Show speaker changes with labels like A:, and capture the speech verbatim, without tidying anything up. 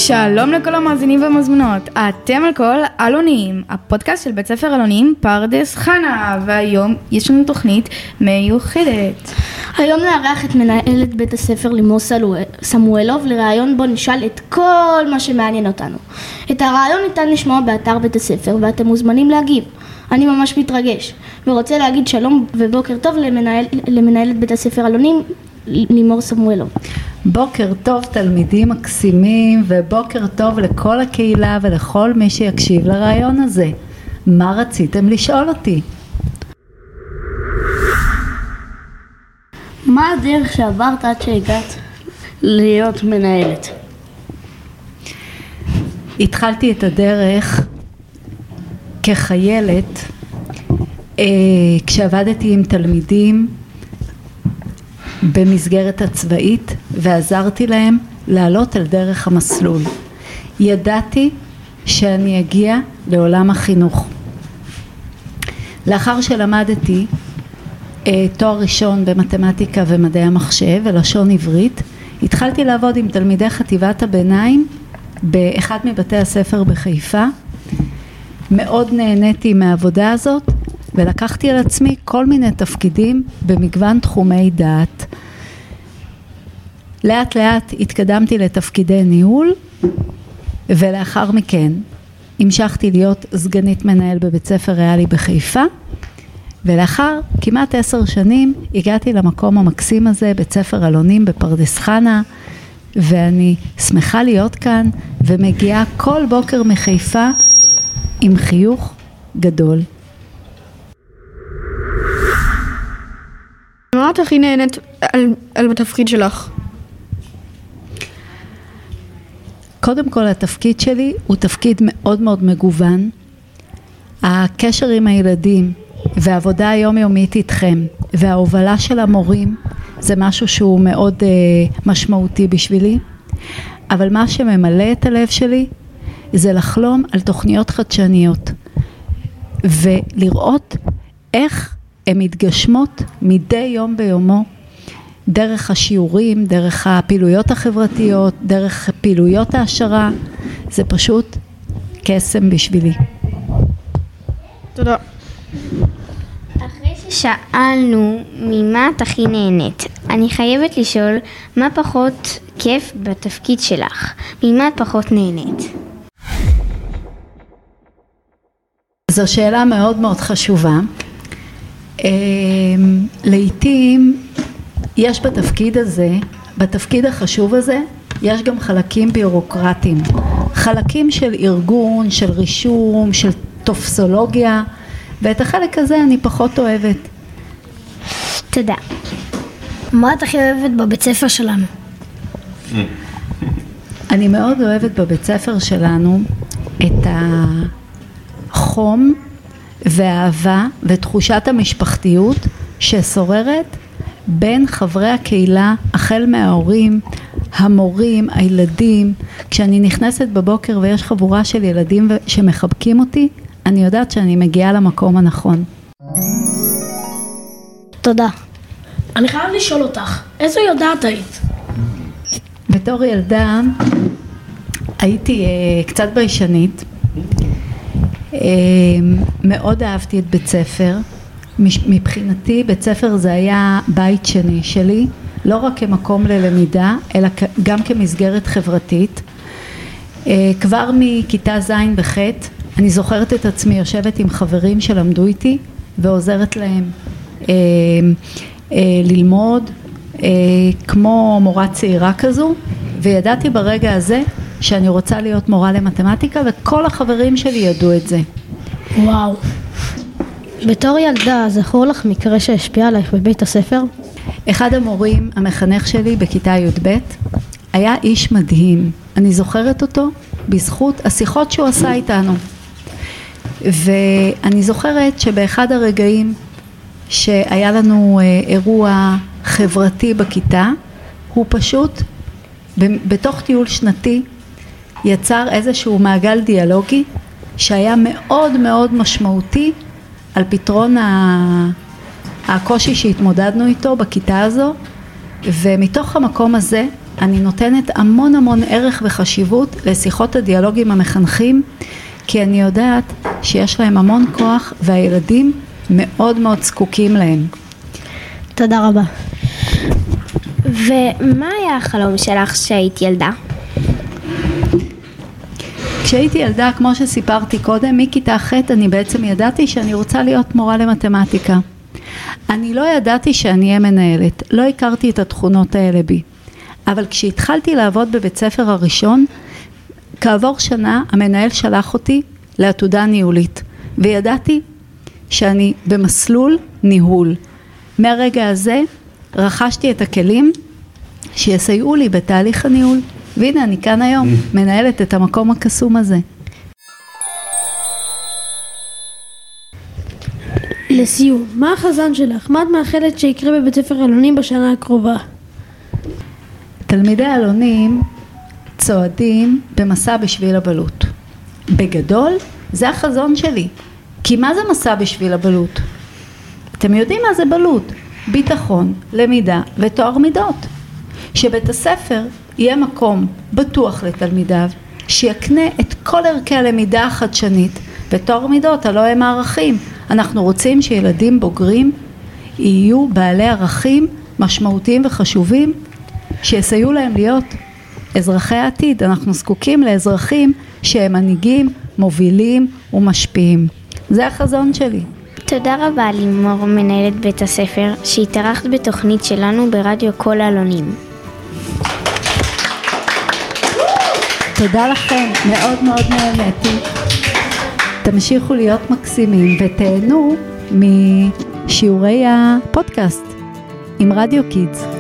A: שלום לכל המאזינים והמזמינות, אתם על כל אלונים, הפודקאסט של בית ספר אלונים פרדס חנה, והיום יש לנו תוכנית מיוחדת.
B: היום נארח את מנהלת בית הספר לימור סמואלוב לרעיון בו נשאל את כל מה שמעניין אותנו. את הרעיון ניתן לשמוע באתר בית הספר ואתם מוזמנים להגיב. אני ממש מתרגש ורוצה להגיד שלום ובוקר טוב למנהל, למנהלת בית הספר אלונים לימור סמואלוב.
C: בוקר טוב תלמידים מקסימים, ובוקר טוב לכל הקהילה ולכל מי שיקשיב לרעיון הזה. מה רציתם לשאול אותי?
B: מה הדרך שעברת עד שהגעת להיות מנהלת?
C: התחלתי את הדרך כחיילת אה, כשעבדתי עם תלמידים במסגרת הצבאית ועזרתי להם לעלות על דרך המסלול. ידעתי שאני אגיע לעולם החינוך. לאחר שלמדתי אה, תואר ראשון במתמטיקה ומדעי המחשב ולשון עברית, התחלתי לעבוד עם תלמידי חטיבת הביניים באחד מבתי הספר בחיפה. מאוד נהניתי מהעבודה הזאת ולקחתי על עצמי כל מיני תפקידים במגוון תחומי דעת. לאט לאט התקדמתי לתפקידי ניהול, ולאחר מכן המשכתי להיות סגנית מנהל בבית ספר ריאלי בחיפה, ולאחר כמעט עשר שנים הגעתי למקום המקסים הזה, בית ספר אלונים בפרדס חנה, ואני שמחה להיות כאן ומגיעה כל בוקר מחיפה עם חיוך גדול.
A: מה את הכי נהנית על, על התפקיד שלך?
C: קודם כל התפקיד שלי הוא תפקיד מאוד מאוד מגוון. הקשר עם הילדים והעבודה היומיומית איתכם וההובלה של המורים זה משהו שהוא מאוד uh, משמעותי בשבילי. אבל מה שממלא את הלב שלי זה לחלום על תוכניות חדשניות ולראות איך הן מתגשמות מדי יום ביומו, דרך השיעורים, דרך הפעילויות החברתיות, דרך פעילויות העשרה. זה פשוט קסם בשבילי.
A: תודה.
D: אחרי ששאלנו ממה את הכי נהנית, אני חייבת לשאול מה פחות כיף בתפקיד שלך, ממה את פחות נהנית?
C: זו שאלה מאוד מאוד חשובה. לעתים יש בתפקיד הזה, בתפקיד החשוב הזה, יש גם חלקים ביורוקרטיים, חלקים של ארגון, של רישום, של טופסולוגיה, ואת החלק הזה אני פחות אוהבת.
D: תודה.
B: מה את הכי אוהבת בבית ספר שלנו?
C: אני מאוד אוהבת בבית ספר שלנו את החום והאהבה ותחושת המשפחתיות ששוררת בין חברי הקהילה, החל מההורים, המורים, הילדים. כשאני נכנסת בבוקר ויש חבורה של ילדים שמחבקים אותי, אני יודעת שאני מגיעה למקום הנכון.
B: תודה. אני חייב לשאול אותך, איזו ילדה את היית?
C: בתור ילדה הייתי uh, קצת ביישנית. Uh, מאוד אהבתי את בית ספר. מבחינתי בית ספר זה היה בית שני שלי, לא רק כמקום ללמידה, אלא גם כמסגרת חברתית. כבר מכיתה ז' וח' אני זוכרת את עצמי יושבת עם חברים שלמדו איתי ועוזרת להם ללמוד כמו מורה צעירה כזו, וידעתי ברגע הזה שאני רוצה להיות מורה למתמטיקה, וכל החברים שלי ידעו את זה.
B: וואו. בתור ילדה, זכור לך מקרה שהשפיע עלייך בבית הספר?
C: אחד המורים, המחנך שלי בכיתה י' ב', היה איש מדהים. אני זוכרת אותו בזכות השיחות שהוא עשה איתנו. ואני זוכרת שבאחד הרגעים שהיה לנו אירוע חברתי בכיתה, הוא פשוט בתוך טיול שנתי יצר איזשהו מעגל דיאלוגי שהיה מאוד מאוד משמעותי על פתרון הקושי שהתמודדנו איתו בכיתה הזו, ומתוך המקום הזה אני נותנת המון המון ערך וחשיבות לשיחות הדיאלוג עם המחנכים, כי אני יודעת שיש להם המון כוח והילדים מאוד מאוד זקוקים להם.
B: תודה רבה.
D: ומה היה החלום שלך שהיית ילדה?
C: כשהייתי ילדה, כמו שסיפרתי קודם, מכיתה ח' אני בעצם ידעתי שאני רוצה להיות מורה למתמטיקה. אני לא ידעתי שאני אהיה מנהלת, לא הכרתי את התכונות האלה בי. אבל כשהתחלתי לעבוד בבית ספר הראשון, כעבור שנה המנהל שלח אותי לעתודה ניהולית, וידעתי שאני במסלול ניהול. מהרגע הזה רכשתי את הכלים שיסייעו לי בתהליך הניהול, והנה אני כאן היום, מנהלת את המקום הקסום הזה.
B: לסיום, מה החזון שלך? מה את מאחלת שיקרה בבית ספר אלונים בשנה הקרובה?
C: תלמידי אלונים צועדים במסע בשביל הבלות. בגדול, זה החזון שלי. כי מה זה מסע בשביל הבלות? אתם יודעים מה זה בלות? ביטחון, למידה ותואר מידות. שבית הספר יהיה מקום בטוח לתלמידיו, שיקנה את כל ערכי הלמידה החדשנית ותואר מידות, הלא הם הערכים. אנחנו רוצים שילדים בוגרים יהיו בעלי ערכים משמעותיים וחשובים, שיסייעו להם להיות אזרחי העתיד. אנחנו זקוקים לאזרחים שהם מנהיגים, מובילים ומשפיעים. זה החזון שלי.
D: תודה רבה לימור, מנהלת בית הספר, שהתארחת בתוכנית שלנו ברדיו כל אלונים.
C: תודה לכם, מאוד מאוד נהניתי. תמשיכו להיות מקסימים ותהנו משיעורי הפודקאסט עם רדיו קידס.